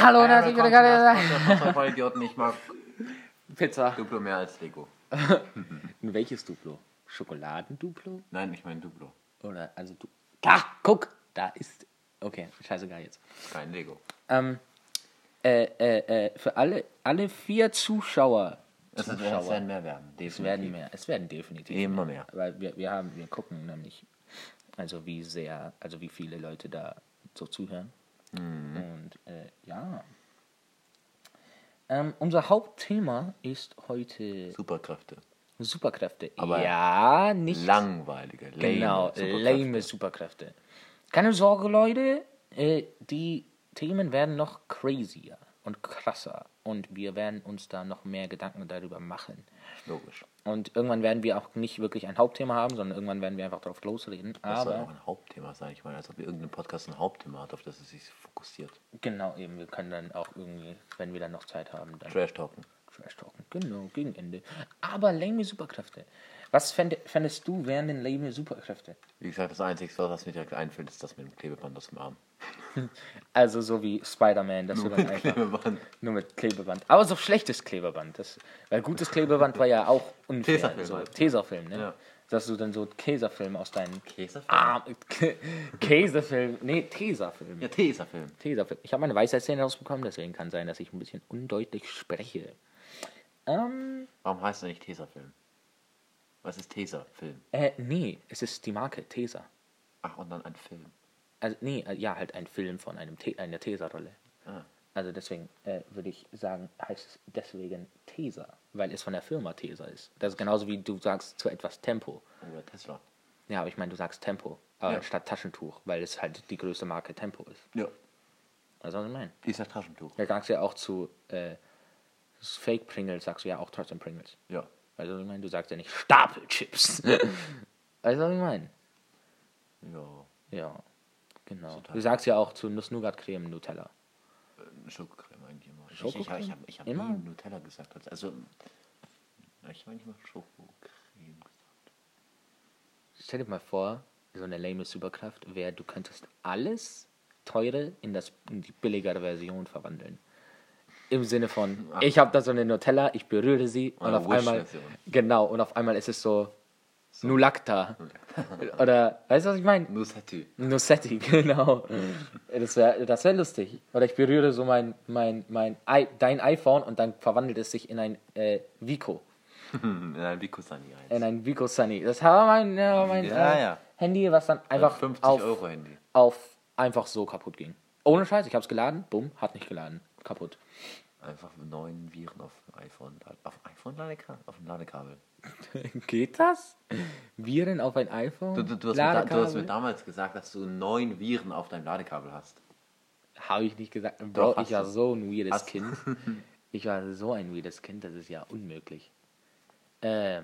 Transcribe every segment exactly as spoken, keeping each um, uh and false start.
Hallo und herzlich willkommen. Voll Idioten, ich mag Pizza. Duplo mehr als Lego. Welches Duplo? Schokoladenduplo? Nein, ich meine Duplo. Oder, also du. Da, guck! Da ist. Okay, scheißegal jetzt. Kein Lego. Ähm, äh, äh, äh, für alle, alle vier Zuschauer. Es, es Zuschauer. werden mehr werden. Definitiv. Es werden mehr. Es werden definitiv Immer mehr. Weil wir, wir haben, wir gucken nämlich, also wie sehr, also wie viele Leute da so zuhören. Mhm. Und äh, ja. Ähm, unser Hauptthema ist heute Superkräfte. Superkräfte. Aber ja, nicht. Langweilige, lame Genau, Superkräfte. lame Superkräfte. Keine Sorge, Leute. Äh, die Themen werden noch crazier und krasser. Und wir werden uns da noch mehr Gedanken darüber machen. Logisch. Und irgendwann werden wir auch nicht wirklich ein Hauptthema haben, sondern irgendwann werden wir einfach drauf losreden. Das soll auch Aber ein Hauptthema sein. Ich meine, als ob irgendein Podcast ein Hauptthema hat, auf das es sich fokussiert. genau, eben, wir können dann auch irgendwie, wenn wir dann noch Zeit haben, dann Trash talken. Trash talken. Genau, gegen Ende. Aber lame Superkräfte. Was fänd, fändest du, wären denn lame Superkräfte? Wie gesagt, das Einzige, was mir direkt einfällt, ist das mit dem Klebeband aus dem Arm. Also so wie Spider-Man, dass Nur du dann mit einfach Klebeband. nur mit Klebeband. Aber so schlechtes Klebeband. Das, weil gutes Klebeband war ja auch unfair. Tesafilm So, halt. Tesafilm, ne? Ja. Dass du dann so Käsefilm aus deinen Käsefilm? Arm... Käsefilm... Nee, Tesafilm. Ja, Tesafilm. Tesafilm. Ich habe meine Weisheitszähne rausbekommen, deswegen kann sein, dass ich ein bisschen undeutlich spreche. Ähm... Warum heißt er nicht Tesafilm? Was ist Tesafilm? Äh, nee, es ist die Marke Tesa. Ach, und dann ein Film. Also, nee, äh, ja, halt ein Film von einem Te einer Tesa-Rolle. Ah. Also deswegen äh, würde ich sagen, heißt es deswegen Tesa, weil es von der Firma Tesa ist. Das ist genauso wie du sagst zu etwas Tempo. Oder Tesla. Ja, aber ich meine, du sagst Tempo, aber Ja. statt Taschentuch, weil es halt die größte Marke Tempo ist. Ja. Also was ich meine. Ist ja Taschentuch. Da sagst du ja auch zu äh, Fake Pringles, sagst du ja auch trotzdem Pringles. Ja. Also was ich meine, du sagst ja nicht Stapelchips. Also was ich meine. Ja. Ja, genau. Total. Du sagst ja auch zu Nuss-Nougat-Creme Nutella. Äh, Schokocreme eigentlich immer. Ich, ich, Schokocreme? ich, ich habe ich hab Immer? nie Nutella gesagt. Also, ich habe eigentlich mal Schokocreme gesagt. Stell dir mal vor, so eine lame Superkraft wäre, du könntest alles Teure in, das, in die billigere Version verwandeln. Im Sinne von, Ach. ich habe da so eine Nutella, ich berühre sie und Oder auf einmal, Wish-Version. genau, und auf einmal ist es so, Nulacta. Oder, weißt du, was ich meine? Nussetti. Nussetti, genau. Das wäre das wär lustig. Oder ich berühre so mein, mein, mein, I, dein iPhone und dann verwandelt es sich in ein äh, Vico. In ein Vico Sunny eins. In ein Vico Sunny. Das war mein, ja, mein Ja, äh, ja. Handy, was dann einfach fünfzig auf, Euro Handy. auf einfach so kaputt ging. Ohne Scheiß, ich hab's geladen, bumm, hat nicht geladen. Kaputt. Einfach neun Viren auf dem iPhone. Auf iPhone Ladekabel? Auf dem Ladekabel. Geht das? Viren auf ein iPhone? Du, du, du, hast mir da, du hast mir damals gesagt, dass du neun Viren auf deinem Ladekabel hast. Habe ich nicht gesagt. Bro, Doch, hast ich war du. so ein weirdes Hast- Kind. Ich war so ein weirdes Kind, das ist ja unmöglich. Äh,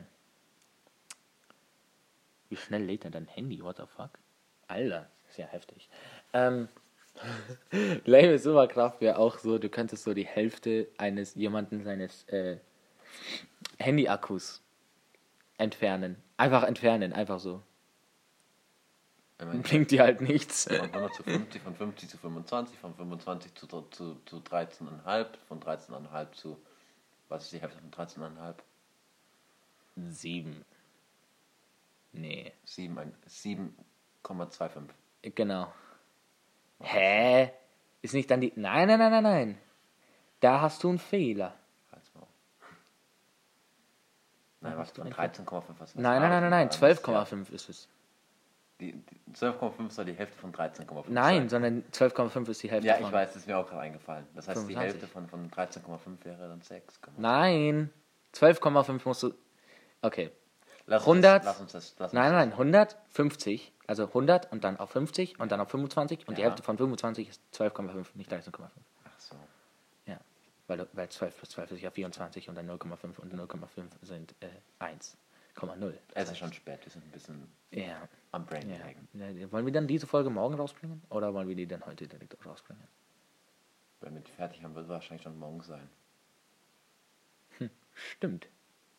wie schnell lädt er dein Handy? What the fuck? Alter, ist ja heftig. Ähm, lame Superkraft wäre auch so, du könntest so die Hälfte eines jemanden seines äh, Handy-Akkus entfernen. Einfach entfernen, einfach so. Ich meine, Bringt dir halt nichts. Von hundert zu fünfzig, von fünfzig zu fünfundzwanzig, von fünfundzwanzig zu, zu, zu dreizehn Komma fünf, von dreizehn Komma fünf zu, was ist die Hälfte von dreizehn Komma fünf? Sieben. Nee, sieben Komma fünfundzwanzig. genau. Hä? Ist nicht dann die... Nein, nein, nein, nein, nein. Da hast du einen Fehler. Halt's mal. Nein, was von einen dreizehn Komma fünf? Was, was Nein, nein, nein, nein, nein. zwölf Komma fünf ist es. Die, die zwölf Komma fünf soll die Hälfte von dreizehn Komma fünf Nein, sein. sondern zwölf Komma fünf ist die Hälfte Ja, von... ich weiß, das ist mir auch gerade eingefallen. Das heißt, fünfundzwanzig. die Hälfte von, von dreizehn Komma fünf wäre dann sechs. Nein. zwölf Komma fünf musst du... Okay. Lass uns hundert... Das, lass uns das, lass uns Nein, nein, hundertfünfzig. Also hundert und dann auf fünfzig und dann auf fünfundzwanzig. Und die Ja. Hälfte von fünfundzwanzig ist zwölf Komma fünf, nicht dreizehn Komma fünf. Ach so. Ja. Weil, du- weil zwölf plus zwölf ist ja vierundzwanzig und dann null Komma fünf und null Komma fünf sind äh, eins Komma null. Es ist schon spät, wir sind ein bisschen Ja. am Brain Ja. lagen. Ja, wollen wir dann diese Folge morgen rausbringen? Oder wollen wir die dann heute direkt rausbringen? Wenn wir die fertig haben, wird es wahrscheinlich schon morgen sein. Stimmt.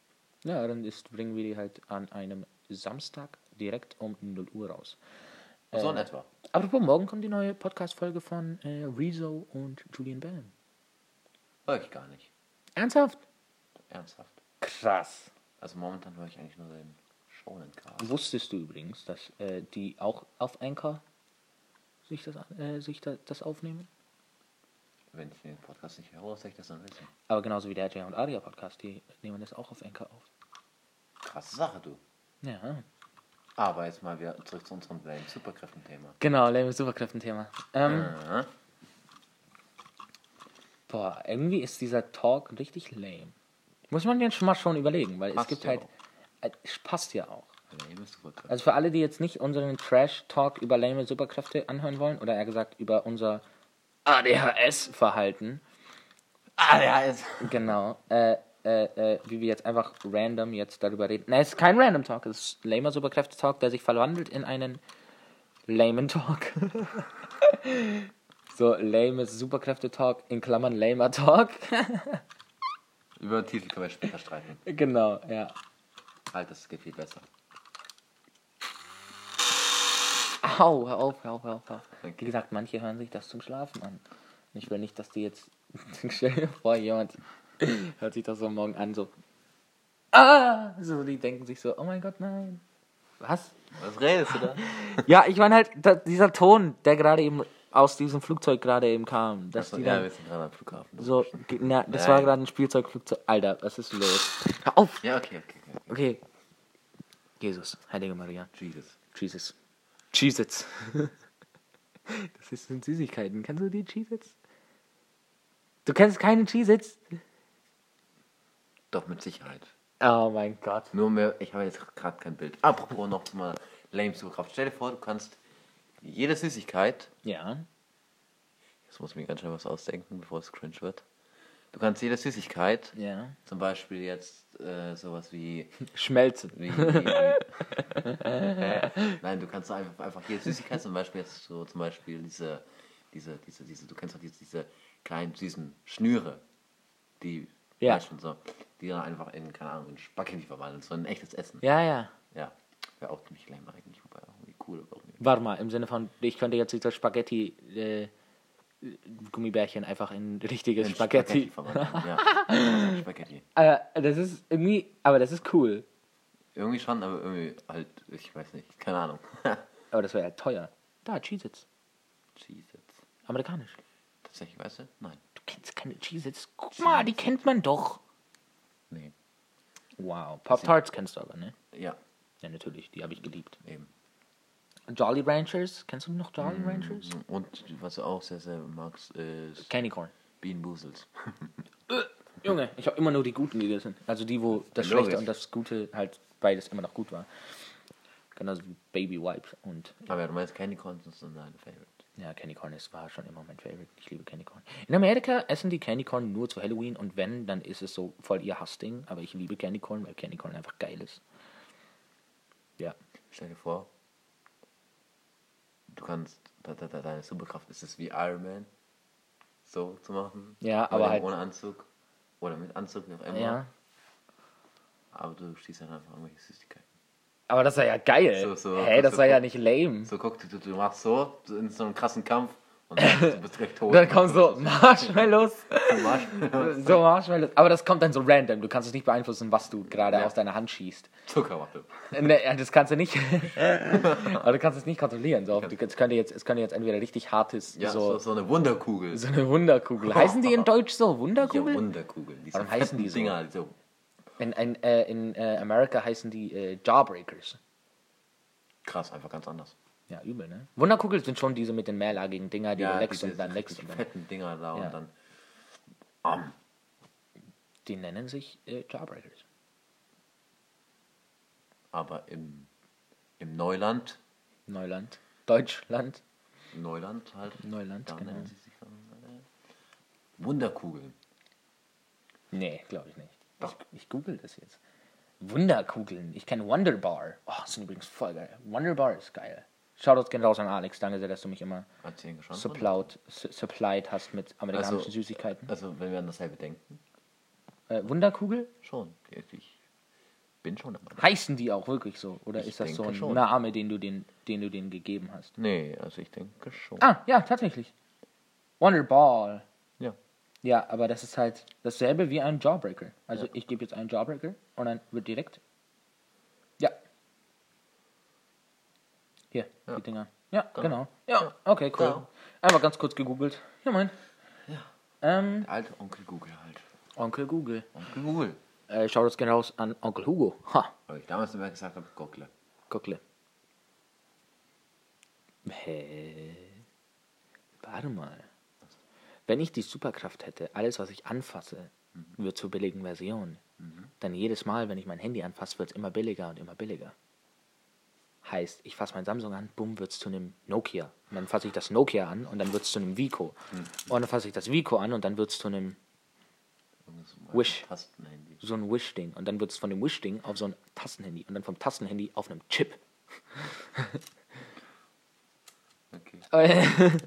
Ja, dann ist, bringen wir die halt an einem Samstag direkt um null Uhr raus. So Äh, in etwa. Apropos, morgen kommt die neue Podcast-Folge von äh, Rezo und Julian Bam. Hör ich gar nicht. Ernsthaft? Ernsthaft. Krass. Also momentan höre ich eigentlich nur den Shonen-Cast. Wusstest du übrigens, dass äh, die auch auf Anchor sich das, äh, sich da, das aufnehmen? Wenn ich den Podcast nicht höre, soll ich das dann wissen. Aber genauso wie der Jay und Aria Podcast, die nehmen das auch auf Anchor auf. Krasse Sache, du. Ja. Aber jetzt mal wieder zurück zu unserem Blame Superkräften-Thema. Genau, lame Superkräften-Thema. Ähm, Äh, boah, irgendwie ist dieser Talk richtig lame. Muss man jetzt schon mal schon überlegen, weil es Passt gibt ja halt. Äh, es passt ja auch. Lame Superkräfte. Also für alle, die jetzt nicht unseren Trash-Talk über lame Superkräfte anhören wollen, oder eher gesagt über unser A D H S-Verhalten, Ah, ja, jetzt. genau, äh, äh, äh, wie wir jetzt einfach random jetzt darüber reden. Nein, es ist kein Random Talk, es ist lamer Superkräfte-Talk, der sich verwandelt in einen lamen Talk. So, lames Superkräfte-Talk in Klammern lamer Talk. Über den Titel können wir später streiten. Genau, ja. Halt, das geht viel besser. Au, hör auf, hör auf, hör auf, hör auf. Okay. Wie gesagt, manche hören sich das zum Schlafen an. Ich will nicht, dass die jetzt... Stell dir vor, jemand hört sich das so morgen an, so... Ah! So, die denken sich so, oh mein Gott, nein. Was? Was redest du da? Ja, ich meine halt, da, dieser Ton, der gerade eben aus diesem Flugzeug gerade eben kam. Dass Achso, die ja, dann wir sind gerade am Flughafen. so, ge- na, das Nein. war gerade ein Spielzeugflugzeug. Alter, was ist los? Hör auf! Ja, okay, okay, okay. Okay. Jesus, Heilige Maria. Jesus. Jesus. Cheez-Its. Das ist- sind Süßigkeiten. Kennst du die Cheez-Its? Du kennst keine Cheez-Its? Doch, mit Sicherheit. Oh mein Gott. Nur mehr, ich habe jetzt gerade kein Bild. Apropos noch mal lame Superkraft. Stell dir vor, du kannst jede Süßigkeit, Ja. jetzt muss ich mir ganz schnell was ausdenken, bevor es cringe wird. Du kannst jede Süßigkeit, Ja. zum Beispiel jetzt äh, sowas wie, Schmelzen. wie, wie, wie nein, du kannst einfach, einfach jede Süßigkeit, zum Beispiel jetzt so, zum Beispiel diese, diese, diese, diese, du kennst doch diese, diese kleinen süßen Schnüre, die, Ja. weißt du, so, die dann einfach in, keine Ahnung, in Spaghetti verwandeln, so ein echtes Essen. Ja, ja. Ja, wäre auch ziemlich lame eigentlich, wobei auch irgendwie cool. Aber irgendwie. Warte mal, im Sinne von, ich könnte jetzt diese Spaghetti äh, Gummibärchen einfach in richtiges In Spaghetti. verwandeln, ja. Spaghetti. Äh, das ist irgendwie, aber das ist cool. Irgendwie schon, aber irgendwie halt, ich weiß nicht, keine Ahnung. Aber das wäre halt teuer. Da, Cheez-Its. Cheez-Its. Amerikanisch. Tatsächlich, weißt du? Nein. Du kennst keine Cheez-Its? Guck mal, die kennt man doch. Nee. Wow. Pop-Tarts kennst du aber, ne? Ja, Ja, natürlich, die habe ich geliebt. eben. Jolly Ranchers, kennst du noch Jolly Ranchers? Und was du auch sehr, sehr magst, ist Candy Corn. Bean Boozled. Junge, ich habe immer nur die guten gegessen. Also die, wo das Ja, logisch. Schlechte und das Gute halt beides immer noch gut war. Genauso wie Baby Wipes und Aber ja, du meinst Candy Corn sind deine Favorite. ja, Candy Corn ist, war schon immer mein Favorite. Ich liebe Candy Corn. In Amerika essen die Candy Corn nur zu Halloween und wenn, dann ist es so voll ihr Hassding. Aber ich liebe Candy Corn, weil Candy Corn einfach geil ist. Ja. Stell dir vor, du kannst, de, de, de, deine Superkraft ist es wie Iron Man, so zu machen. Ja, Nur aber eben halt- ohne Anzug. Oder mit Anzug, wie auch immer. Ja. Aber du schießt dann einfach irgendwelche Süßigkeiten. Aber das war ja geil. So, so, Hä, das so, war so. ja nicht lame. So, guck, du, du machst so, so in so einem krassen Kampf und dann, du bist direkt tot. Dann kommen so Marshmallows. Marshmallows. So Marshmallows. Aber das kommt dann so random. Du kannst es nicht beeinflussen, was du gerade Ja. aus deiner Hand schießt. Zuckerwatte. Ne, das kannst du nicht. Aber du kannst es nicht kontrollieren. So, du- es könnte jetzt, es könnte jetzt entweder richtig hartes, Ja, so, so, so eine Wunderkugel. so eine Wunderkugel. Heißen die in Deutsch so? Ja, Wunderkugel? Wunderkugel. Diese Warum heißen fetten die so? Dinger, die so. In, in, äh, in äh, Amerika heißen die äh, Jawbreakers. Krass, einfach ganz anders. Ja, übel, ne? Wunderkugel sind schon diese mit den mehrlagigen Dinger, die Ja, du leckst diese und dann leckst richtig und dann. fetten Dinger da Ja. und dann. Am. Die nennen sich äh, Jawbreakers. Aber im, im Neuland, Neuland. Deutschland. Neuland halt, Neuland, da genau. nennen sie sich dann äh, Wunderkugeln. Nee, glaube ich nicht. Doch. Ich, ich google das jetzt. Wunderkugeln. Ich kenne Wonderbar. Oh, das sind übrigens voll geil. Wonderbar ist geil. Shoutouts gehen raus an Alex. Danke sehr, dass du mich immer Hat sie den geschont? supplied, su- supplied hast mit amerikanischen Also- Süßigkeiten. Also, wenn wir an dasselbe denken, Äh, Wunderkugel? schon. Die, die, bin schon der Meinung. Heißen die auch wirklich so? Oder Ich ist das so denke ein schon. Name, den du den, den du denen gegeben hast? Nee, also ich denke schon. Ah, ja, tatsächlich. Wonderball. Ja. Ja, aber das ist halt dasselbe wie ein Jawbreaker. Also ich gebe jetzt einen Jawbreaker und dann wird direkt... Ja. Hier, Ja. die Dinger. Ja, Da. genau. Ja, Ja. okay, cool. Da. Einfach ganz kurz gegoogelt. Ja, mein. Ja. Ähm, Der alte Onkel Google halt. Onkel Google. Onkel Google. Äh, schau das gerne raus an Onkel Hugo. Ha, Weil ich damals immer gesagt habe, Gokle. guckle. Hä? Warte mal. Wenn ich die Superkraft hätte, alles, was ich anfasse, wird zur billigen Version. Dann jedes Mal, wenn ich mein Handy anfasse, wird es immer billiger und immer billiger. Heißt, ich fasse mein Samsung an, bumm, wird es zu einem Nokia. Und dann fasse ich das Nokia an und dann wird es zu einem Vico. Und dann fasse ich das Vico an und dann wird es zu einem Irgendwas um Wish. ein Tastenhandy. so ein Wish-Ding. Und dann wird es von dem Wish-Ding auf so ein Tastenhandy. Und dann vom Tastenhandy auf einem Chip. Okay.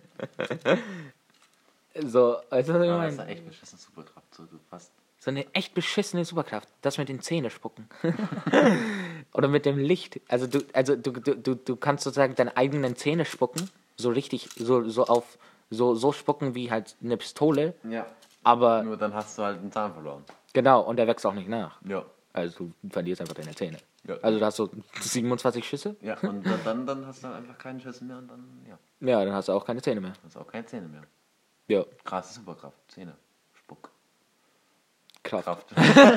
so, also, ich Aber das mein, ist eine echt beschissene Superkraft. So, du fast. so eine echt beschissene Superkraft. Das mit den Zähne spucken. Oder mit dem Licht. Also du, also du, du, du, du kannst sozusagen deine eigenen Zähne spucken. So richtig, so, so auf, so, so spucken wie halt eine Pistole. Ja. Aber, Nur dann hast du halt einen Zahn verloren. genau, und der wächst auch nicht nach. Ja. Also du verlierst einfach deine Zähne. Ja. Also du hast so siebenundzwanzig Schüsse. Ja, und dann, dann hast du dann einfach keine Schüsse mehr und dann, ja, Ja, dann hast du auch keine Zähne mehr. hast du auch keine Zähne mehr. Ja, Krasse Superkraft. Zähne. Spuck. Kraft. Kraft.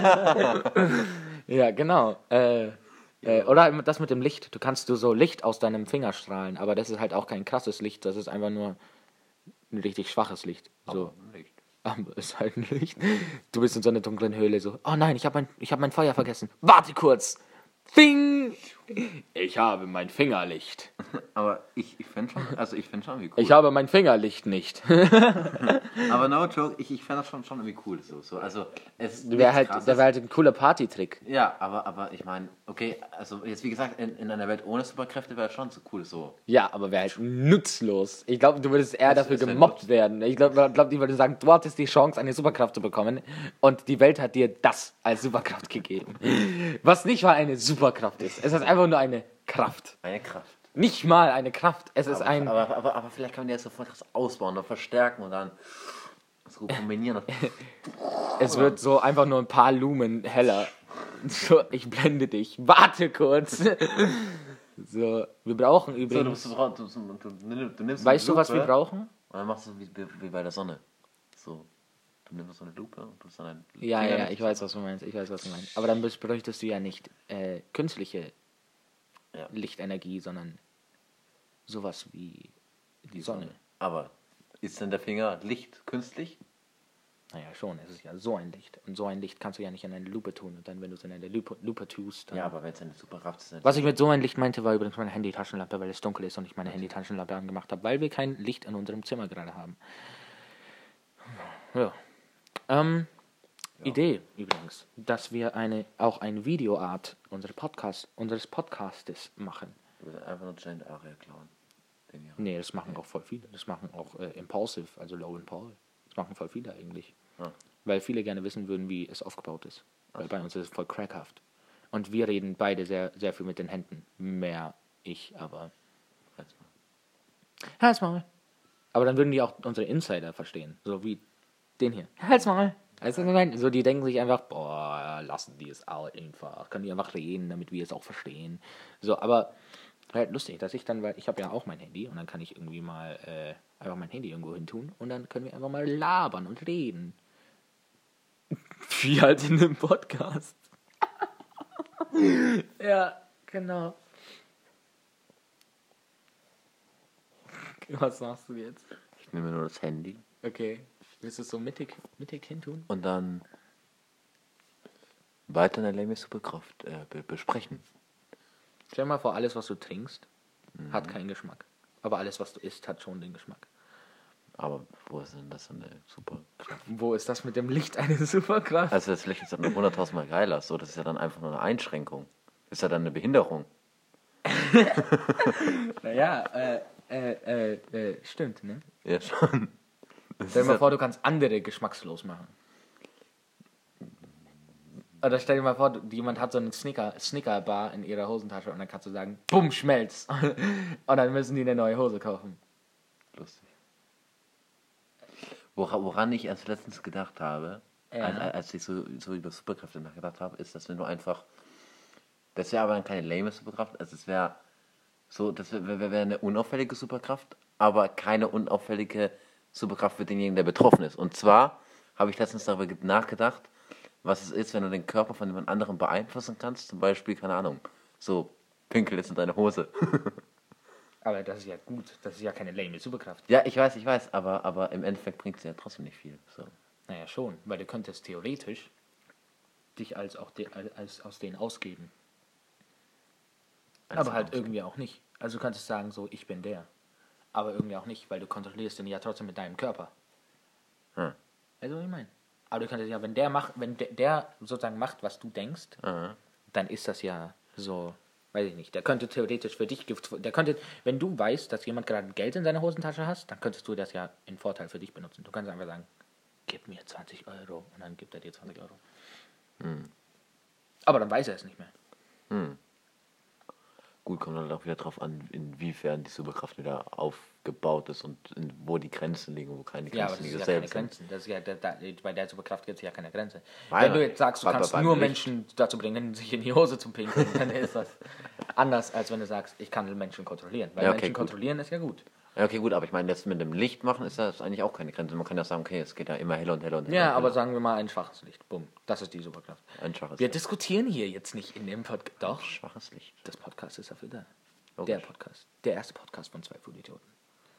Ja, genau. Äh, äh, oder das mit dem Licht. Du kannst du so Licht aus deinem Finger strahlen, aber das ist halt auch kein krasses Licht, das ist einfach nur ein richtig schwaches Licht. So. Aber nicht. Aber ist halt ein Licht. Du bist in so einer dunklen Höhle so. Oh nein, ich habe mein, ich hab mein Feuer vergessen. Warte kurz. Fing! Ich habe mein Fingerlicht. Aber ich, ich fände schon, also ich fände schon irgendwie cool. Ich habe mein Fingerlicht nicht. Aber no joke, ich, ich fände das schon, schon irgendwie cool. So, so. Also, es ist Wäre halt, krasses. der wäre halt ein cooler Partytrick. Ja, aber, aber ich meine, okay, also jetzt wie gesagt, in, in einer Welt ohne Superkräfte wäre es schon so cool. So. Ja, aber wäre halt nutzlos. Ich glaube, du würdest eher Das dafür ist ja gemobbt nutz- werden. Ich glaube, glaub, die würden sagen, du hattest die Chance, eine Superkraft zu bekommen und die Welt hat dir das als Superkraft gegeben. Was nicht mal eine Superkraft ist. Es ist einfach nur eine Kraft. Eine Kraft. Nicht mal eine Kraft. Es ist Aber, ein... aber, aber, aber vielleicht kann man die ja sofort das ausbauen oder verstärken und dann so kombinieren. Es wird so einfach nur ein paar Lumen heller. So, ich blende dich. Warte kurz. So, wir brauchen So, du, übrigens... bist, du, du, du, du, du nimmst Weißt du, eine was wir Lupe brauchen? Und dann machst du wie, wie, wie bei der Sonne. So, du nimmst so eine Lupe und tust dann ein Ja, ja, ich weiß, was du meinst. Ich weiß, was du meinst. Aber dann bräuchtest du ja nicht äh, künstliche Ja. Lichtenergie, sondern sowas wie die Sonne. Aber ist denn der Finger Licht künstlich? Naja, schon. Es ist ja so ein Licht. Und so ein Licht kannst du ja nicht in eine Lupe tun. Und dann, wenn du es in eine Lupe, Lupe tust, dann... Ja, aber wenn es eine Superkraft ist, dann Was ich mit so ein Licht meinte, war übrigens meine Handy-Taschenlampe, weil es dunkel ist und ich meine Handy-Taschenlampe angemacht habe, weil wir kein Licht in unserem Zimmer gerade haben. Ja. Ähm, Ja. Idee übrigens, dass wir eine auch eine Videoart unsere Podcast, unseres Podcastes machen. du willst einfach nur Giant Aria klauen. Den hier. Nee, das machen auch voll viele. Das machen auch äh, Impulsive, also Logan Paul. Das machen voll viele eigentlich. Ah. Weil viele gerne wissen würden, wie es aufgebaut ist. Weil Ach bei uns ist es voll crackhaft. Und wir reden beide sehr, sehr viel mit den Händen. Mehr ich, aber... Halt's mal. Halt's mal. Aber dann würden die auch unsere Insider verstehen. So wie den hier. Halt's mal. Also, nein, so die denken sich einfach, boah, lassen die es auch einfach. Können die einfach reden, damit wir es auch verstehen. So, aber halt lustig, dass ich dann, weil ich habe ja auch mein Handy und dann kann ich irgendwie mal äh, einfach mein Handy irgendwo hin tun und dann können wir einfach mal labern und reden. Wie halt in einem Podcast. Ja, genau. Was machst du jetzt? Ich nehme nur das Handy Okay. Willst du es so mittig, mittig hin tun? und dann weiter eine Lemmy Superkraft äh, be besprechen. Stell dir mal vor, alles, was du trinkst, hat keinen Geschmack. Aber alles, was du isst, hat schon den Geschmack. Aber wo ist denn das eine Superkraft? Wo ist das mit dem Licht eine Superkraft? Also das Licht ist dann hunderttausendmal geiler. So, das ist ja dann einfach nur eine Einschränkung. Das ist ja dann eine Behinderung. Naja, äh, äh, äh, äh, stimmt, ne? Ja, schon. Das Stell ist dir mal ja, vor, du kannst andere geschmackslos machen. Oder stell dir mal vor, du- jemand hat so einen Snicker, Snicker-Bar in ihrer Hosentasche und dann kannst du sagen, bumm, schmelz. Und dann müssen die eine neue Hose kaufen. Lustig. Wora- Woran ich erst letztens gedacht habe, Ja. als, als ich so, so über Superkräfte nachgedacht habe, ist, dass wenn du einfach, das wäre aber keine lame Superkraft, also es wäre so, das wäre wär, wär eine unauffällige Superkraft, aber keine unauffällige Superkraft für denjenigen, der betroffen ist. Und zwar habe ich letztens darüber ge- nachgedacht, was es ist, wenn du den Körper von jemand anderem beeinflussen kannst, zum Beispiel, keine Ahnung, so, Pinkel jetzt in deine Hose. Aber das ist ja gut, das ist ja keine lame Superkraft. Ja, ich weiß, ich weiß, aber, aber im Endeffekt bringt es ja trotzdem nicht viel. So. Naja, schon, weil du könntest theoretisch dich als auch de, als, als aus denen ausgeben. Als Aber halt Ausgeben. irgendwie auch nicht. Also du könntest sagen, so, ich bin der. Aber irgendwie auch nicht, weil du kontrollierst den ja trotzdem mit deinem Körper. Hm. Weißt du, was ich meine? Aber du könntest ja, wenn der macht, wenn der, der sozusagen macht, was du denkst, Aha. dann ist das ja so, weiß ich nicht. Der könnte theoretisch für dich, der könnte, wenn du weißt, dass jemand gerade Geld in seiner Hosentasche hast, dann könntest du das ja in Vorteil für dich benutzen. Du kannst einfach sagen, gib mir zwanzig Euro und dann gibt er dir zwanzig Euro. Hm. Aber dann weiß er es nicht mehr. Hm. Gut, kommt halt auch wieder drauf an, inwiefern die Superkraft wieder aufgebaut ist und in, wo die Grenzen liegen, wo keine Ja, aber Grenzen das liegen. ist ja keine Grenzen. Das ist ja, da, da, bei der Superkraft gibt es ja keine Grenze. Weil- Wenn du jetzt sagst, du weil- kannst beim nur Licht- Menschen dazu bringen, sich in die Hose zu pinkeln, dann ist das anders, als wenn du sagst, ich kann Menschen kontrollieren. Weil Ja, okay, Menschen gut. kontrollieren ist ja gut. Ja, okay, gut, aber ich meine, jetzt mit dem Licht machen ist das eigentlich auch keine Grenze. Man kann ja sagen, okay, es geht ja immer heller und heller und heller. Ja, und aber heller. sagen wir mal ein schwaches Licht. Bumm. Das ist die Superkraft. Ein schwaches, Wir diskutieren hier jetzt nicht in dem Podcast. Doch, schwaches Licht. das Podcast ist dafür da. Logisch. Der Podcast. Der erste Podcast von zwei Vollidioten.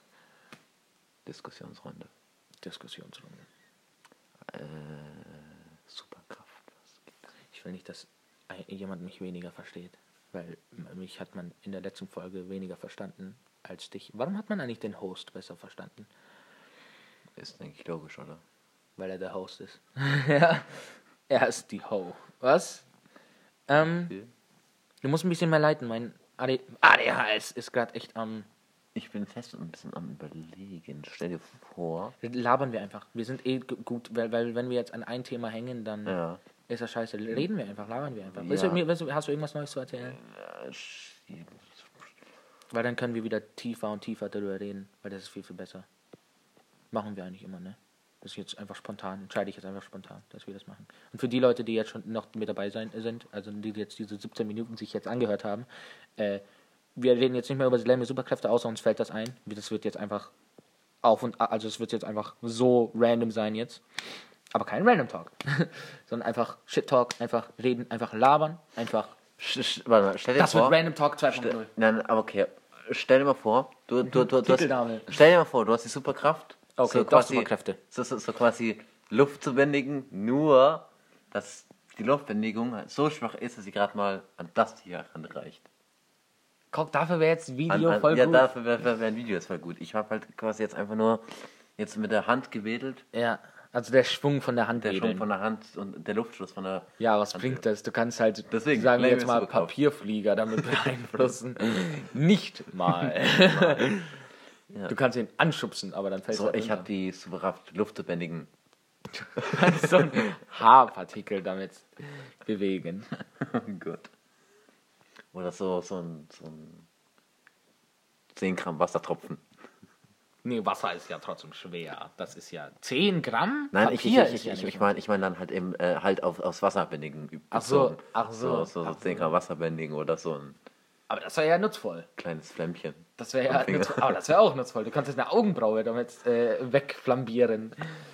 Diskussionsrunde. Diskussionsrunde. Äh, Superkraft. Was gibt's? Ich will nicht, dass ein- jemand mich weniger versteht. Weil mich hat man in der letzten Folge weniger verstanden als dich. Warum hat man eigentlich den Host besser verstanden? Ist, denke ich, logisch, oder? Weil er der Host ist. Ja. Er ist die Ho. Was? Ähm, du musst ein bisschen mehr leiten. Mein A D H S ist gerade echt am... Ich bin fest und ein bisschen am Überlegen. Stell dir vor. Labern wir einfach. Wir sind eh gu- gut, weil, weil wenn wir jetzt an ein Thema hängen, dann Ja. ist das scheiße. Reden wir einfach, labern wir einfach. Ja. Weißt du, mir- weißt du, hast du irgendwas Neues zu erzählen? Äh, sch- Weil dann können wir wieder tiefer und tiefer darüber reden, weil das ist viel, viel besser. Machen wir eigentlich immer, ne? Das ist jetzt einfach spontan, entscheide ich jetzt einfach spontan, dass wir das machen. Und für die Leute, die jetzt schon noch mit dabei sein, sind, also die jetzt diese siebzehn Minuten sich jetzt angehört haben, äh, wir reden jetzt nicht mehr über Slam Superkräfte, außer uns fällt das ein. Das wird jetzt einfach auf und also es wird jetzt einfach so random sein jetzt. Aber kein Random Talk, sondern einfach Shit Talk, einfach reden, einfach labern, einfach. sch- sch- Warte mal, stell dir Das vor. wird Random Talk zwei Punkt null. Ste- Nein, aber okay. Stell dir mal vor, du, du, du, du hast, Titelname. stell dir mal vor, du hast die Superkraft. Okay, so doch quasi, Superkräfte. So, so, so quasi Luft zu bändigen, nur dass die Luftbändigung halt so schwach ist, dass sie gerade mal an das hier ranreicht. Guck, dafür wäre jetzt ein Video An, an, voll ja, gut. dafür wäre wär, wär ein Video jetzt voll gut. Ich habe halt quasi jetzt einfach nur jetzt mit der Hand gewedelt, Ja, also der Schwung von der Hand der Schwung wedeln. von der Hand und der Luftschluss von der... Ja, was Hand- bringt das? Du kannst halt, Deswegen, sagen wir Blame jetzt is mal, Superkraft. Papierflieger damit beeinflussen. Nicht mal. Ja. Du kannst ihn anschubsen, aber dann fällt So, er ich habe die Superkraft, Luft zu bändigen. so ein Haarpartikel damit bewegen. Oh Gott. Oder so, so ein, so ein zehn Gramm Wassertropfen. Nee, Wasser ist ja trotzdem schwer. Das ist ja zehn Gramm? Nein, ich, ich, Papier ich, ist ja ich, nicht ich meine ich mein dann halt eben äh, halt auf, aufs Wasserbändigen üb- Ach so, bezogen. ach so, So, so, so ach zehn Gramm Wasserbändigen oder so ein Aber das wäre ja nutzvoll. kleines Flämmchen. Das wäre ja Am Finger. nutzvoll. Aber das wäre auch nutzvoll. Du könntest eine Augenbraue damit äh, wegflambieren.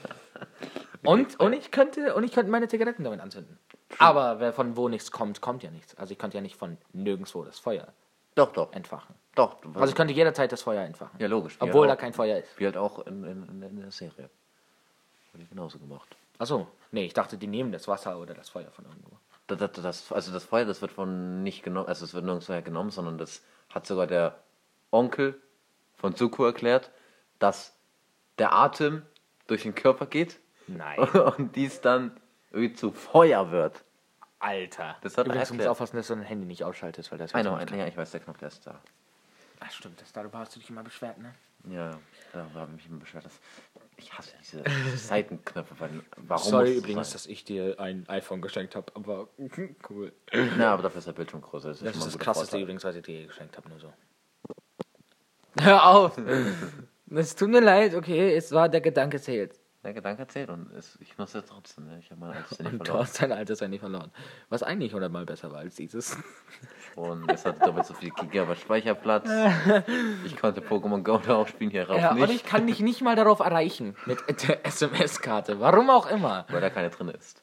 Und, und, ich könnte, und ich könnte meine Zigaretten damit anzünden. Aber wer von wo nichts kommt, kommt ja nichts. Also ich könnte ja nicht von nirgendwo das Feuer Doch, doch, entfachen. doch. Also ich könnte jederzeit das Feuer entfachen. ja, logisch. wie Obwohl halt da auch, kein Feuer ist. Wie halt auch in, in, in, in der Serie. Wurde ich genauso gemacht. Achso, nee, ich dachte, die nehmen das Wasser oder das Feuer von irgendwo. Das, das, das, also das Feuer, das wird von nicht genommen, also es wird nirgendwo genommen, sondern das hat sogar der Onkel von Zuko erklärt, dass der Atem durch den Körper geht Nein. und dies dann irgendwie zu Feuer wird. Alter. Das hat er Übrigens, du musst erklärt. aufpassen, dass du dein Handy nicht ausschaltest, weil das I know, wird I- ja, ich weiß, der Knopf, der ist da. Ach stimmt, das darüber hast du dich immer beschwert, ne? Ja, da habe ich mich immer beschwert, dass ich hasse diese Seitenknöpfe, weil warum Sorry muss das übrigens, sein? dass ich dir ein iPhone geschenkt habe, aber cool. Na, aber dafür ist der Bildschirm größer. Das ist, Das schon mal ist ein das guter krasseste Vorteil. übrigens, was ich dir geschenkt habe, nur so. Hör auf! Es tut mir leid, okay, es war der Gedanke zählt. Der Gedanke zählt und es, ich nutze es trotzdem. Ne? Ich habe mein altes Handy Und du verloren. hast dein altes Handy verloren. Was eigentlich hundertmal besser war als dieses. Und es hatte doppelt so viel Gigabyte Speicherplatz. Ich konnte Pokémon Go da auch spielen, hier rauf Ja, und nicht, ich kann dich nicht mal darauf erreichen mit der S M S-Karte. Warum auch immer. weil da keine drin ist.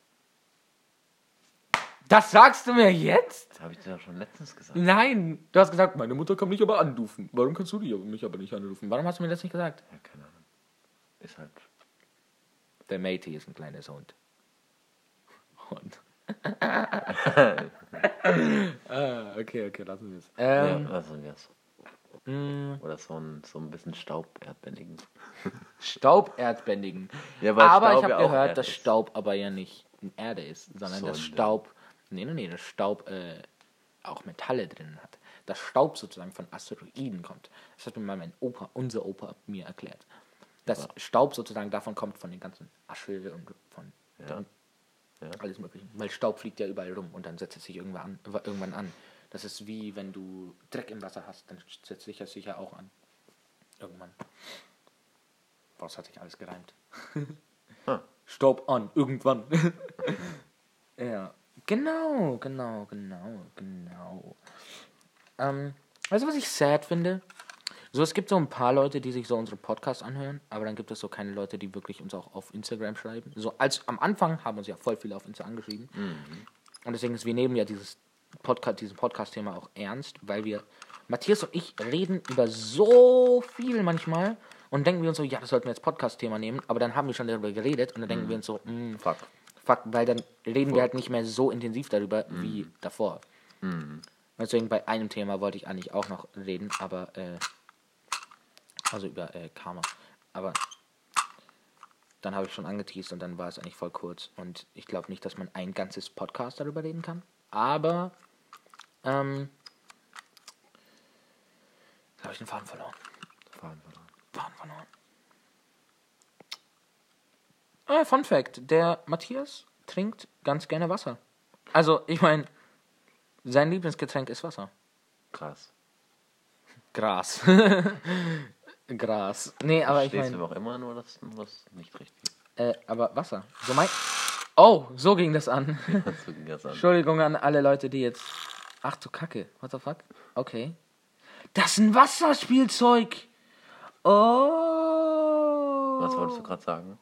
Das sagst du mir jetzt? Das habe ich dir doch schon letztens gesagt. Nein. Du hast gesagt, meine Mutter kann mich aber anrufen. Warum kannst du die, mich aber nicht anrufen? Warum hast du mir das nicht gesagt? Ja, keine Ahnung. Ist halt... Der Matey ist ein kleines Hund. Hund. ah, okay, okay, lassen wir es. Ähm, ja, lassen wir es. mh, Oder so ein, so ein bisschen Stauberdbändigen. Stauberdbändigen. Ja, weil aber Staub ich habe ja auch gehört, Erde dass ist. Staub aber ja nicht Erde ist, sondern dass Sonde. Staub, nee, nee, nee, dass Staub äh, auch Metalle drin hat. Dass Staub sozusagen von Asteroiden kommt. Das hat mir mal mein Opa, unser Opa mir erklärt. Dass Ja. Staub sozusagen davon kommt, von den ganzen Asche und von Ja. Ja. alles mögliche. Weil Staub fliegt ja überall rum und dann setzt es sich irgendwann an. Irgendwann an. Das ist wie wenn du Dreck im Wasser hast, dann setzt sich das sicher auch an. Irgendwann. Boah, das hat sich alles gereimt. Ah. Staub an, irgendwann. ja. Genau, genau, genau, genau. Ähm, weißt du, was ich sad finde? So, es gibt so ein paar Leute, die sich so unsere Podcasts anhören, aber dann gibt es so keine Leute, die wirklich uns auch auf Instagram schreiben. So, als am Anfang haben uns ja voll viele auf Instagram angeschrieben. Mhm. Und deswegen ist, wir nehmen ja dieses Podcast, diesen Podcast-Thema auch ernst, weil wir, Matthias und ich reden über so viel manchmal und denken wir uns so, ja, das sollten wir jetzt Podcast-Thema nehmen, aber dann haben wir schon darüber geredet und dann denken wir uns so, mh, Fuck. fuck, weil dann reden wir halt nicht mehr so intensiv darüber wie davor. Mhm. Deswegen bei einem Thema wollte ich eigentlich auch noch reden, aber, äh, also über äh, Karma. Aber dann habe ich schon angeteased und dann war es eigentlich voll kurz. Und ich glaube nicht, dass man ein ganzes Podcast darüber reden kann. Aber, ähm, da habe ich den Faden verloren. Faden verloren. Faden verloren. Ah, Fun Fact, der Matthias trinkt ganz gerne Wasser. Also, ich meine, sein Lieblingsgetränk ist Wasser. Krass. Gras. Gras. Nee, aber ich Stehst meine, du auch immer nur das, nur das nicht richtig. äh, aber Wasser. So mein... Oh, so ging das an. So ging das an. Entschuldigung an alle Leute, die jetzt... Ach du Kacke. What the fuck? Okay. Das ist ein Wasserspielzeug. Oh. Was wolltest du gerade sagen?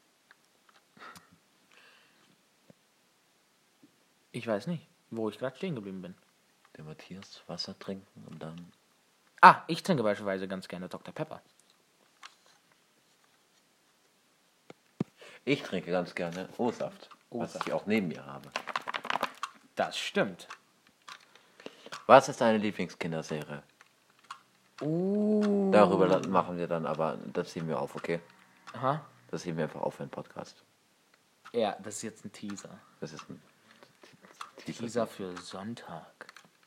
Ich weiß nicht, wo ich gerade stehen geblieben bin. Der Matthias Wasser trinken und dann... Ah, ich trinke beispielsweise ganz gerne Doktor Pepper. Ich trinke ganz gerne O-Saft, was O-Saft. ich auch neben mir habe. Das stimmt. Was ist deine Lieblingskinderserie? Uh. Darüber la- machen wir dann, aber das heben wir auf, okay? Aha. Das heben wir einfach auf für den Podcast. Ja, das ist jetzt ein Teaser. Das ist ein T- T- Teaser für Sonntag.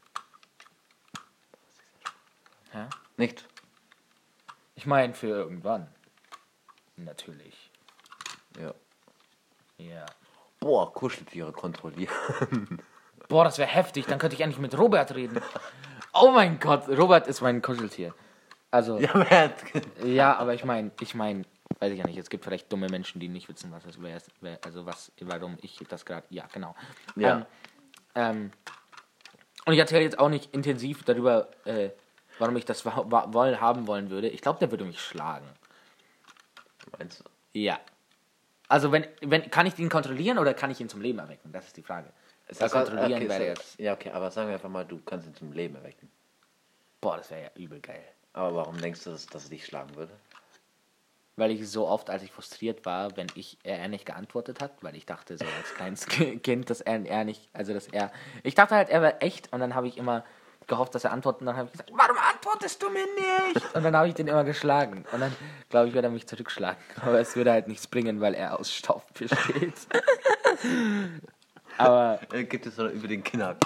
Hä? Nicht? Ich meine für irgendwann. Natürlich. Ja. Ja. Boah, Kuscheltiere kontrollieren. Boah, das wäre heftig. Dann könnte ich endlich mit Robert reden. Oh mein Gott, Robert ist mein Kuscheltier. Also, ja, Ja, Matt. aber ich meine, ich meine, weiß ich ja nicht. Es gibt vielleicht dumme Menschen, die nicht wissen, was es wäre. Wär, also was, warum ich das gerade. Ja, genau. Ja. Ähm, ähm, und ich erzähle jetzt auch nicht intensiv darüber, äh, warum ich das wa- wa- wollen, haben wollen würde. Ich glaube, der würde mich schlagen. Meinst du? Ja. Also wenn, wenn, kann ich ihn kontrollieren oder kann ich ihn zum Leben erwecken? Das ist die Frage. Das Okay, kontrollieren okay, wäre so- jetzt. Ja, okay, aber sagen wir einfach mal, du kannst ihn zum Leben erwecken. Boah, das wäre ja übel geil. Aber warum denkst du, dass, dass er dich schlagen würde? Weil ich so oft, als ich frustriert war, wenn ich er nicht geantwortet hat, weil ich dachte so als kleines Kind, dass er, er nicht, also dass er, ich dachte halt, er wäre echt und dann habe ich immer gehofft, dass er antwortet und dann habe ich gesagt, warum antwortest du mir nicht? Und dann habe ich den immer geschlagen und dann, glaube ich, würde er mich zurückschlagen. Aber es würde halt nichts bringen, weil er aus Stoff besteht. Aber, Er gibt es so über den Knack.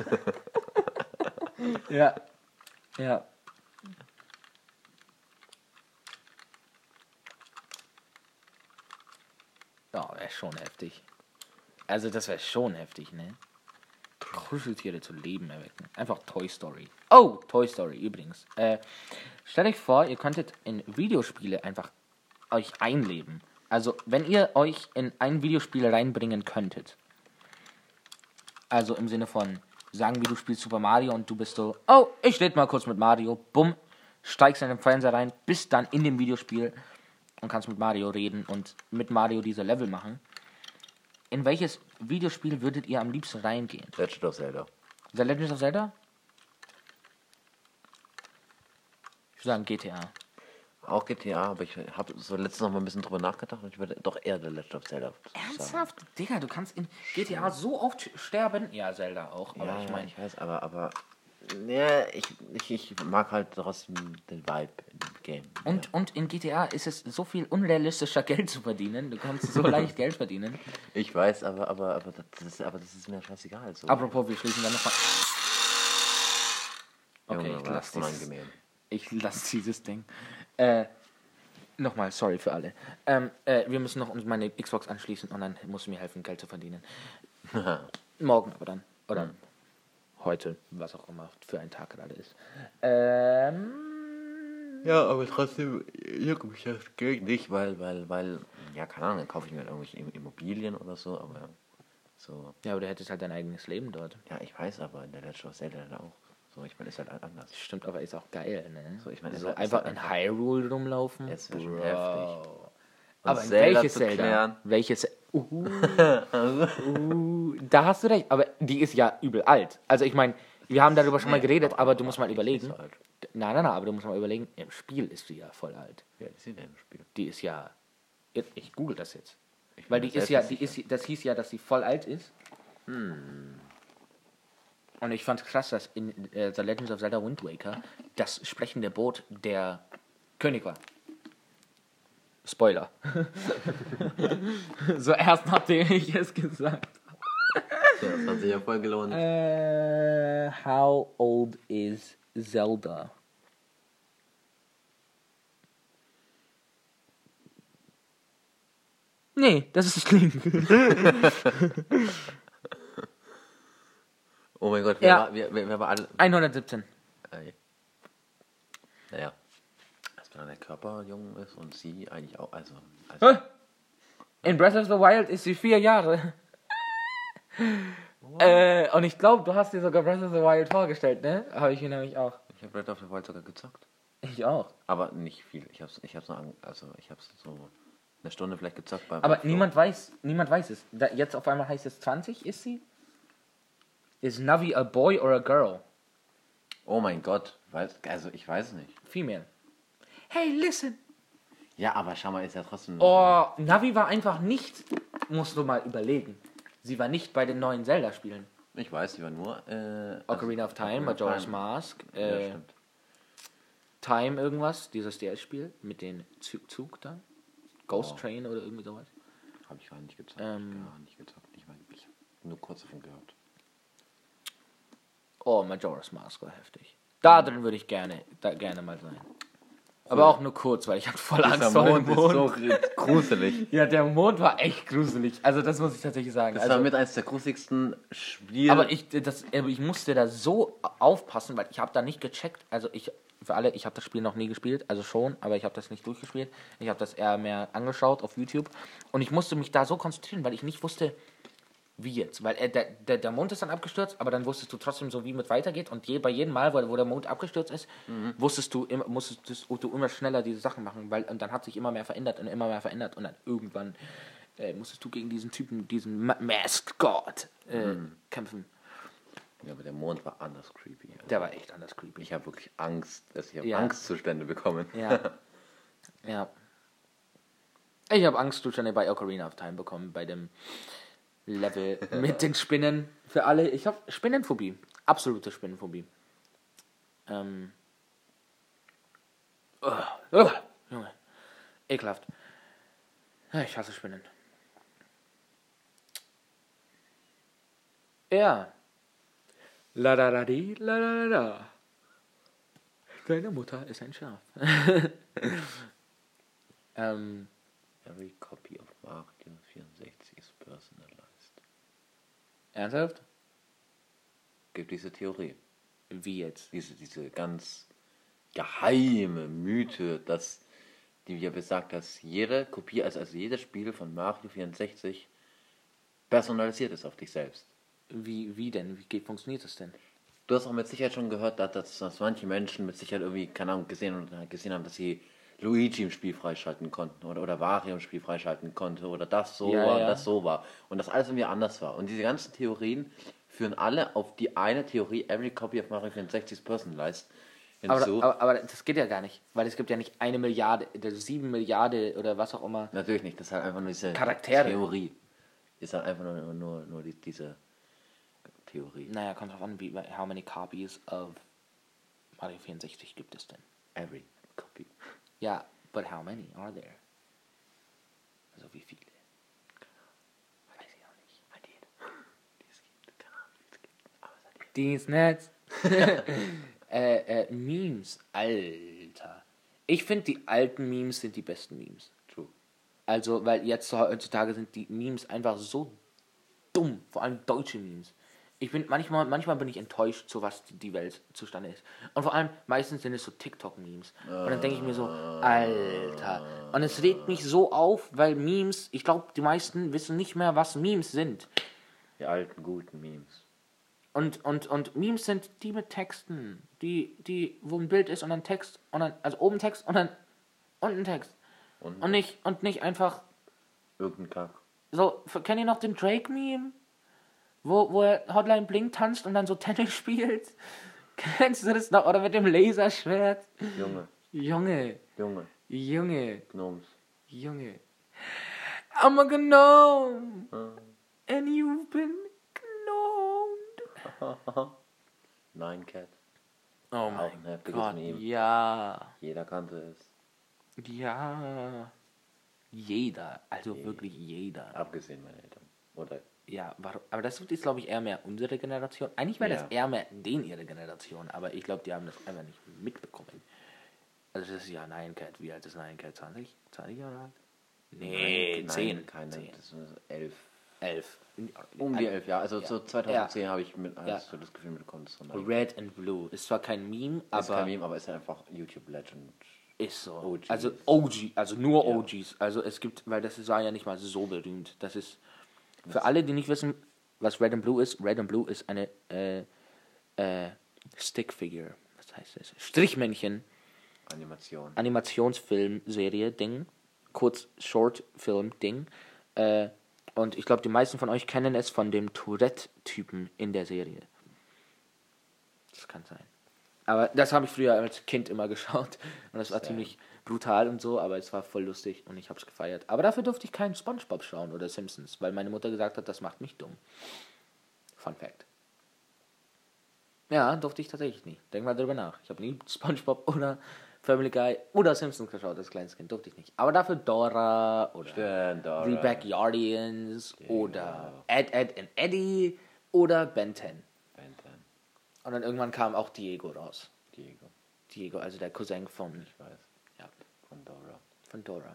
ja, ja. Oh, wäre schon heftig. Also das wäre schon heftig, ne? Kuscheltiere zu Leben erwecken. Einfach Toy Story. Oh, Toy Story übrigens. Äh, stellt euch vor, ihr könntet in Videospiele einfach euch einleben. Also, wenn ihr euch in ein Videospiel reinbringen könntet. Also im Sinne von, sagen wir, du spielst Super Mario und du bist so, oh, ich rede mal kurz mit Mario. Bumm, steigst in den Fernseher rein, bist dann in dem Videospiel und kannst mit Mario reden und mit Mario diese Level machen. In welches Videospiel würdet ihr am liebsten reingehen? Legend of Zelda. The Legend of Zelda? Ich würde sagen G T A. Auch G T A, aber ich habe so letztens noch mal ein bisschen drüber nachgedacht und ich würde doch eher The Legend of Zelda sagen. Ernsthaft? Digga, du kannst in G T A so oft sterben. Ja, Zelda auch, aber Ja, ich ja, meine... ich weiß, aber, aber ja, ich, ich, ich mag halt trotzdem den Vibe im Game. Und, ja. und in G T A ist es so viel unrealistischer, Geld zu verdienen. Du kannst so leicht Geld verdienen. Ich weiß, aber, aber, aber, das ist, aber das ist mir scheißegal. So. Apropos, wir schließen dann nochmal... Okay, Junge, ich war lasse das dieses, unangenehm. ich lass dieses Ding. Äh, nochmal, sorry für alle. Ähm, äh, wir müssen noch uns meine Xbox anschließen und dann musst du mir helfen, Geld zu verdienen. Morgen aber dann. Oder Hm. heute, was auch immer für ein Tag gerade ist. Ähm... Ja, aber trotzdem juckt mich das Geld nicht, weil, weil, weil, ja, keine Ahnung, dann kaufe ich mir halt irgendwelche Immobilien oder so, aber so, Ja, aber du hättest halt dein eigenes Leben dort. ja, ich weiß, aber in der Legend of Zelda dann auch. So, ich meine, ist halt anders. Stimmt, aber ist auch geil, ne? So, ich meine, es so ist halt- einfach ist in halt Hyrule rumlaufen. Es wäre schon Bro. heftig. Und Aber in Zelda welches zu Zelda? klären. Welches? Uh, uh, da hast du recht, aber die ist ja übel alt. Also ich meine, wir haben darüber schon mal Nee, geredet, aber- aber du aber musst mal nicht überlegen. so alt. Nein, nein, nein, aber du musst mal überlegen, im Spiel ist sie ja voll alt. Ja, die sind ja im Spiel. Die ist ja. Ich google das jetzt. Ich Weil bin die mir ist ja, selbst die nicht ist, das hieß ja, dass sie voll alt ist. Und ich fand krass, dass in äh, The Legend of Zelda Wind Waker das sprechende Boot der König war. Spoiler. So erst nachdem ich es gesagt Ja, das hat sich ja voll gelohnt. habe. Uh, how old is Zelda? Nee, das ist Link. Oh mein Gott, wer, Ja. war, wer, wer, wer war alle... hundertsiebzehn. Ey. Naja, als wenn der Körper jung ist und sie eigentlich auch, also... also Hä? In Breath of the Wild ist sie vier Jahre. äh, und ich glaube, du hast dir sogar Breath of the Wild vorgestellt, ne? Habe ich mir nämlich auch. ich habe Breath of the Wild sogar gezockt. Ich auch. Aber nicht viel. Ich hab's, ich hab's nur, an, also ich hab's so eine Stunde vielleicht gezockt. Bei Aber Flow. niemand weiß, niemand weiß es. Da, jetzt auf einmal heißt es zwanzig, ist sie? Is Navi a boy or a girl? Oh mein Gott, weiß, also ich weiß nicht. Female. Hey, listen. Ja, aber schau mal, ist ja trotzdem... Oh, Navi war einfach nicht, musst du mal überlegen. Sie war nicht bei den neuen Zelda-Spielen. Ich weiß, die war nur... Äh, Ocarina of Time, Ocarina of Majora's Time. Mask, Ja, äh, stimmt. Time irgendwas, dieses D S-Spiel mit dem Zug, Zug da. Ghost Oh. Train oder irgendwie sowas. Habe ich gar nicht gezockt. Ähm. gar nicht gezockt. Ich meine, ich hab nur kurz davon gehört. Oh, Majora's Mask war heftig. Da drin würde ich gerne, da gerne mal sein. Aber auch nur kurz, weil ich hatte voll Angst vor dem Mond. ist so gruselig. Ja, der Mond war echt gruselig. Also das muss ich tatsächlich sagen. Das also, war mit eins der gruseligsten Spiele. aber ich, das, aber ich musste da so aufpassen, weil ich habe da nicht gecheckt. Also ich, für alle, ich habe das Spiel noch nie gespielt, also schon, aber ich habe das nicht durchgespielt. Ich habe das eher mehr angeschaut auf YouTube. Und ich musste mich da so konzentrieren, weil ich nicht wusste, wie jetzt. Weil äh, der, der, der Mond ist dann abgestürzt, aber dann wusstest du trotzdem so, wie mit weitergeht. Und je, bei jedem Mal, wo, wo der Mond abgestürzt ist, wusstest du, immer, musstest du immer schneller diese Sachen machen, weil und dann hat sich immer mehr verändert und immer mehr verändert. Und dann irgendwann äh, musstest du gegen diesen Typen, diesen Ma Masked God, äh, kämpfen. Ja, aber der Mond war anders creepy. Also Der war echt anders creepy. ich habe wirklich Angst. Also ich habe Ja. Angstzustände bekommen. Ja. Ja. Ich habe Angstzustände bei Ocarina of Time bekommen, bei dem Level mit den Spinnen. Für alle, ich habe Spinnenphobie. Absolute Spinnenphobie. Ähm. Oh, oh, Junge. Ekelhaft. Ja, ich hasse Spinnen. Ja. La da da di, la da da da. Deine Mutter ist ein Schaf. ähm. Every copy of Mario vierundsechzig. Ernsthaft? Gibt diese Theorie. Wie jetzt? Diese, diese ganz geheime Mythe, dass, die ja besagt, dass jede Kopie, also, also jedes Spiel von Mario vierundsechzig personalisiert ist auf dich selbst. Wie, wie denn? Wie geht, funktioniert das denn? Du hast auch mit Sicherheit schon gehört, dass, dass, dass manche Menschen mit Sicherheit irgendwie, keine Ahnung, gesehen, gesehen haben, dass sie Luigi im Spiel freischalten konnten oder, oder Wario im Spiel freischalten konnte oder das so Ja, war, ja. das so war und das alles irgendwie anders war. Und diese ganzen Theorien führen alle auf die eine Theorie, every copy of Mario vierundsechzig is personalized, hinzu. Aber, aber, aber das geht ja gar nicht, weil es gibt ja nicht eine Milliarde, oder sieben Milliarden oder was auch immer. Natürlich nicht, das ist halt einfach nur diese Charaktere. Theorie. Ist halt einfach nur, nur, nur die, diese Theorie. Naja, kommt drauf an, wie, how many copies of Mario vierundsechzig gibt es denn? Every copy. Ja, but how many are there? Also wie viele? Weiß ich auch nicht. Bei denen, die es gibt, keine Ahnung, wie es gibt. Aber es hat Die ist nett. äh, äh, Memes, Alter. Ich finde, die alten Memes sind die besten Memes. True. Also, weil jetzt heutzutage sind die Memes einfach so dumm, vor allem deutsche Memes. Ich bin manchmal, manchmal bin ich enttäuscht, so was die, die Welt zustande ist. Und vor allem, meistens sind es so TikTok-Memes. Und dann denke ich mir so, Alter. Und es regt mich so auf, weil Memes, ich glaube, die meisten wissen nicht mehr, was Memes sind. Die alten, guten Memes. Und, und, und Memes sind die mit Texten, die, die, wo ein Bild ist und dann Text, und dann, also oben Text und dann unten Text. Und, Und nicht, und nicht einfach irgendein Kack. so, kennt ihr noch den Drake-Meme? Wo, wo er Hotline Bling tanzt und dann so Tennis spielt? Kennst du das noch? Oder mit dem Laserschwert? Junge, Junge, Junge, Junge, Gnomes. Junge. I'm a gnome. Ah. And you've been gnomed. Nine Cat. Oh Auch mein ein heftiges Gott, Meme. ja. Jeder kannte es. Ja. Jeder, also Je- wirklich jeder. Abgesehen meine Eltern. Oder Ja, warum, aber das ist, glaube ich, eher mehr unsere Generation. Eigentlich wäre Ja. das eher mehr denen ihre Generation, aber ich glaube, die haben das einfach nicht mitbekommen. Also das ist ja Nine Cat. Wie alt ist Nine Cat? zwanzig? zwanzig Jahre alt? Nee, nein, zehn. keine. zehn. Das sind elf. elf. Um die elf Jahre. Also Ja. so zweitausendzehn habe ich mit, also Ja. so das Gefühl mitbekommen, dass so Nine Red and Blue. Ist zwar kein Meme, Cat ist aber kein Meme, aber ist ja einfach YouTube Legend. ist so. O Gs. Also O G, also nur Ja. O Gs. Also es gibt, weil das war ja nicht mal so berühmt. Das ist, für alle, die nicht wissen, was Red and Blue ist, Red and Blue ist eine äh, äh, Stickfigure. Was heißt das? Strichmännchen. Animation. Animationsfilm-Serie, Ding. Kurz Short-Film-Ding. Äh, und ich glaube, die meisten von euch kennen es von dem Tourette-Typen in der Serie. Das kann sein. Aber das habe ich früher als Kind immer geschaut. Und das war Same. ziemlich brutal und so, aber es war voll lustig und ich habe es gefeiert. Aber dafür durfte ich keinen SpongeBob schauen oder Simpsons, weil meine Mutter gesagt hat, das macht mich dumm. Fun Fact. Ja, durfte ich tatsächlich nie. Denk mal drüber nach. Ich habe nie SpongeBob oder Family Guy oder Simpsons geschaut als kleines Kind. Durfte ich nicht. Aber dafür Dora oder Stimmt, Dora. The Backyardians Ja. oder Ed, Ed and Eddie oder Ben ten. Ben ten. Und dann irgendwann kam auch Diego raus. Diego. Diego, also der Cousin von, Ich weiß. ja, Von Dora. von Dora.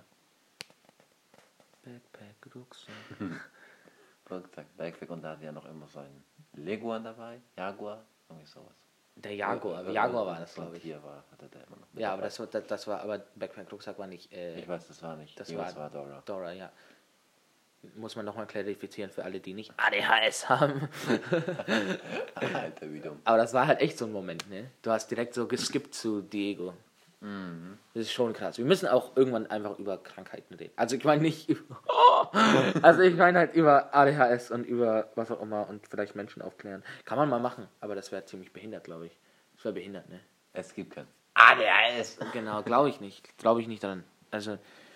Backpack, Rucksack. Rucksack, Backpack und da hat er ja noch immer seinen Leguan dabei. Jaguar. Irgendwie sowas. Der Jaguar, Ir- Jaguar ir- war das, so ein glaube ich. Tier war, hatte der immer noch mit Ja, aber dabei. das, war- das, das war, aber Backpack, Rucksack war nicht, äh, Ich weiß, das war nicht. das Das war- war, war Dora. Dora, ja. Muss man nochmal klarifizieren für alle, die nicht A D H S haben. Alter, wie dumm. Aber das war halt echt so ein Moment, ne? Du hast direkt so geskippt zu Diego. Mhm. Das ist schon krass. Wir müssen auch irgendwann einfach über Krankheiten reden. Also ich meine nicht über... Also ich meine halt über A D H S und über was auch immer und vielleicht Menschen aufklären. Kann man mal machen, aber das wäre ziemlich behindert, glaube ich. Das wäre behindert, ne? Es gibt kein. A D H S! Genau, glaube ich nicht. Glaube ich nicht dran. Also...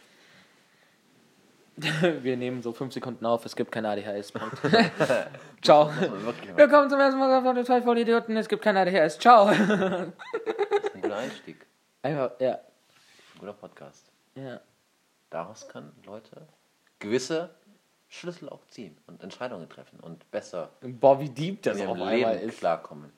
Wir nehmen so fünf Sekunden auf, es gibt kein A D H S. Punkt. Ciao. Wirklich mal. Willkommen zum ersten Mal von den zwei Vollidioten. Es gibt kein A D H S. Ciao. Das ist ein guter Einstieg. Einfach, ja. Ein guter Podcast. Ja. Daraus können Leute gewisse Schlüssel auch ziehen und Entscheidungen treffen und besser Boah, wie deep das in auf ihrem einmal Leben ist. klarkommen.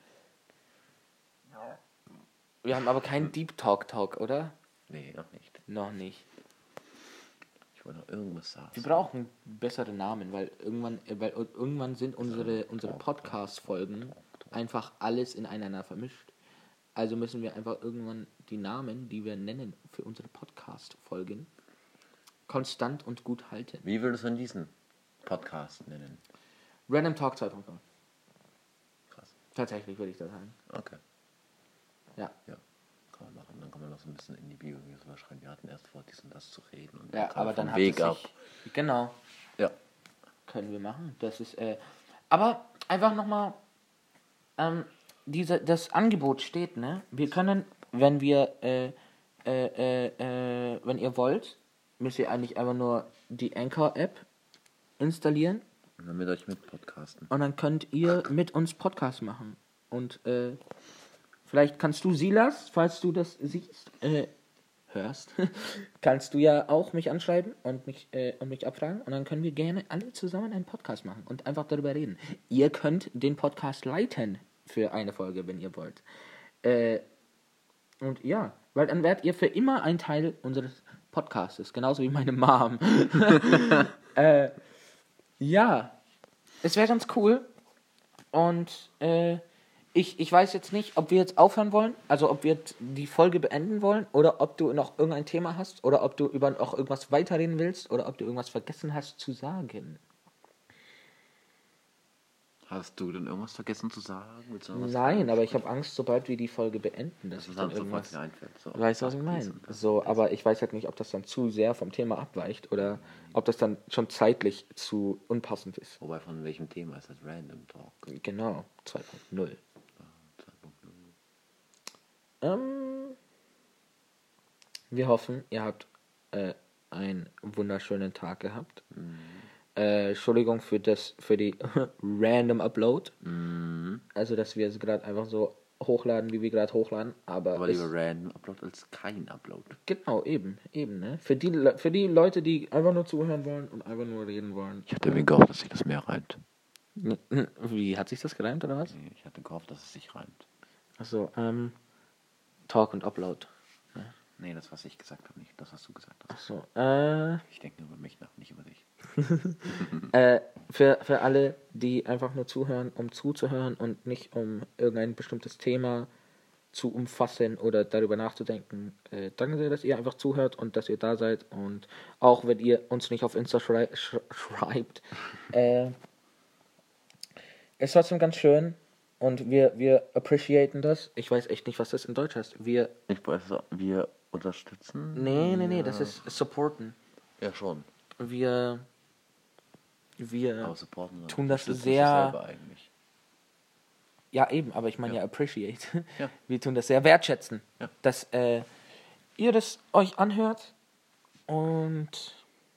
Wir haben aber keinen Deep Talk Talk, oder? Nee, noch nicht. Noch nicht. Ich oder irgendwas saß. Wir brauchen bessere Namen, weil irgendwann, äh, weil irgendwann sind unsere, unsere Podcast-Folgen einfach alles ineinander vermischt. Also müssen wir einfach irgendwann die Namen, die wir nennen für unsere Podcast-Folgen, konstant und gut halten. Wie würdest du diesen Podcast nennen? Random Talk zwei Punkt null. Krass. Tatsächlich würde ich das sagen. Okay. Ja. Ja, kann man machen. Dann kann man noch so ein bisschen in die Bio schreiben. Wir hatten erst vor, dies und das zu reden. Und Ja, dann aber vom dann hat Weg es ab. sich, genau, Ja. können wir machen. Das ist, äh, aber einfach nochmal, ähm, diese, das Angebot steht, ne? Wir können, wenn wir, äh, äh, äh, äh, wenn ihr wollt, müsst ihr eigentlich einfach nur die Anchor-App installieren Und dann mit euch mit podcasten. und dann könnt ihr mit uns Podcast machen. Und, äh, vielleicht kannst du, Silas, falls du das siehst, äh, hörst, kannst du ja auch mich anschreiben und mich, äh, und mich abfragen und dann können wir gerne alle zusammen einen Podcast machen und einfach darüber reden. Ihr könnt den Podcast leiten für eine Folge, wenn ihr wollt. Äh, und ja, weil dann werdet ihr für immer ein Teil unseres Podcastes, genauso wie meine Mom. äh, ja, es wäre ganz cool und äh, Ich, ich weiß jetzt nicht, ob wir jetzt aufhören wollen, also ob wir jetzt die Folge beenden wollen oder ob du noch irgendein Thema hast oder ob du über noch irgendwas weiterreden willst oder ob du irgendwas vergessen hast zu sagen. Hast du denn irgendwas vergessen zu sagen? Willst du noch was Nein, sagen? aber ich habe Angst, sobald wir die Folge beenden, dass Das ich ist dann dann sofort irgendwas... wieder einfällt. So, Weißt du, was ich ach, meine? dies und das So, und das. aber ich weiß halt nicht, ob das dann zu sehr vom Thema abweicht oder ob das dann schon zeitlich zu unpassend ist. Wobei, von welchem Thema ist das? Random Talk. Genau, zwei Punkt null. zwei Punkt null. Ähm, wir hoffen, ihr habt äh, einen wunderschönen Tag gehabt. Mhm. Äh, Entschuldigung für das, für die Random Upload. Mhm. Also, dass wir es gerade einfach so hochladen, wie wir gerade hochladen. Aber, Aber es, lieber Random Upload als kein Upload. genau, eben, eben, ne? Für die, Le- für die Leute, die einfach nur zuhören wollen und einfach nur reden wollen. Ich hatte irgendwie gehofft, dass sich das mehr reimt. Wie, hat sich das gereimt, oder was? Nee, ich hatte gehofft, dass es sich reimt. Achso, ähm, Talk und Upload. Nee, das, was ich gesagt habe, nicht das, was du gesagt hast. Achso, äh, Ich denke nur über mich nach, nicht über dich. Äh, für, für alle, die einfach nur zuhören, um zuzuhören und nicht um irgendein bestimmtes Thema zu umfassen oder darüber nachzudenken. Äh, danke sehr, dass ihr einfach zuhört und dass ihr da seid. Und auch wenn ihr uns nicht auf Insta schrei sch schreibt. Äh, ist trotzdem ganz schön und wir, wir appreciaten das. Ich weiß echt nicht, was das in Deutsch heißt. Wir. Ich weiß, wir unterstützen. Nee, nee, nee, wir- das ist supporten. Ja, schon. Wir. Wir. Aber supporten tun das unterstützen sehr- sich selber eigentlich. Ja, eben, aber ich meine ja, Ja. appreciate. Ja. Wir tun das sehr wertschätzen, Ja. dass äh, ihr das euch anhört und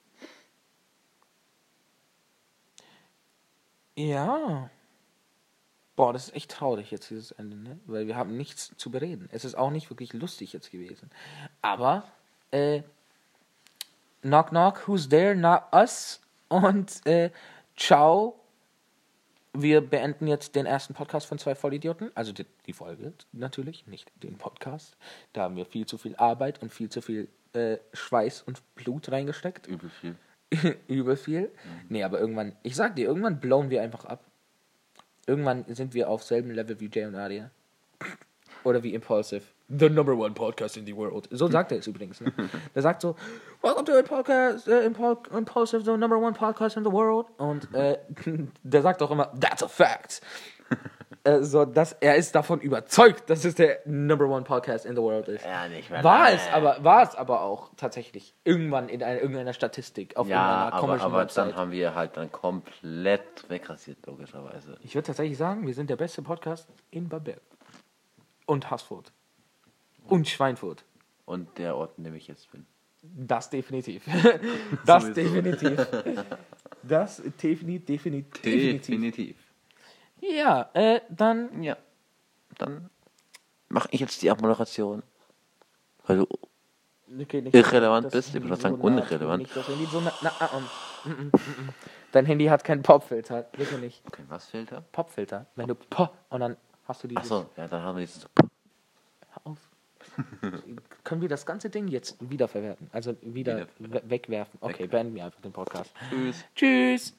ja. Boah, das ist echt traurig jetzt, dieses Ende, ne? Weil wir haben nichts zu bereden. Es ist auch nicht wirklich lustig jetzt gewesen. Aber, äh, knock knock, who's there? Not us. Und, äh, ciao. Wir beenden jetzt den ersten Podcast von zwei Vollidioten. Also die, die Folge natürlich, nicht den Podcast. Da haben wir viel zu viel Arbeit und viel zu viel äh, Schweiß und Blut reingesteckt. Übel viel. Übel viel. Nee, aber irgendwann, ich sag dir, irgendwann blowen wir einfach ab. Irgendwann sind wir auf selben Level wie Jay und Adia. Oder wie Impulsive. The number one podcast in the world. So sagt er es übrigens. Ne? Der sagt so, welcome to the podcast, uh, Impul Impulsive, the number one podcast in the world. Und äh, der sagt auch immer, that's a fact. äh, so, dass er ist davon überzeugt, dass es der number one podcast in the world ist. Ja, nicht mehr. War lange. es aber, war es aber auch tatsächlich. Irgendwann in einer, irgendeiner Statistik auf Ja, irgendeiner aber, komischen aber Website. dann haben wir halt dann komplett wegrasiert, logischerweise. Ich würde tatsächlich sagen, wir sind der beste Podcast in Babel. Und Haßfurt. Und Schweinfurt. Und der Ort, in dem ich jetzt bin. Das definitiv. Das Sowieso. definitiv. Das definitiv, definitiv, definitiv. Definitiv. Ja, äh, dann. Ja. Dann mache ich jetzt die Abmoderation. Weil du Okay, nicht, irrelevant das bist. Ich Handy würde sagen so nah, unrelevant. nicht das Handy so nah, na, ah, um. mm, mm, mm, mm. Dein Handy hat keinen Popfilter. Bitte nicht. kein was Filter? Popfilter. Wenn du Pop und dann hast du dieses. Achso, ja, dann haben wir jetzt so. Hör auf. Können wir das ganze Ding jetzt wiederverwerten? Also wieder Wiederverwerten. we- wegwerfen? Okay, Weg. beenden wir einfach den Podcast. Tschüss. Tschüss.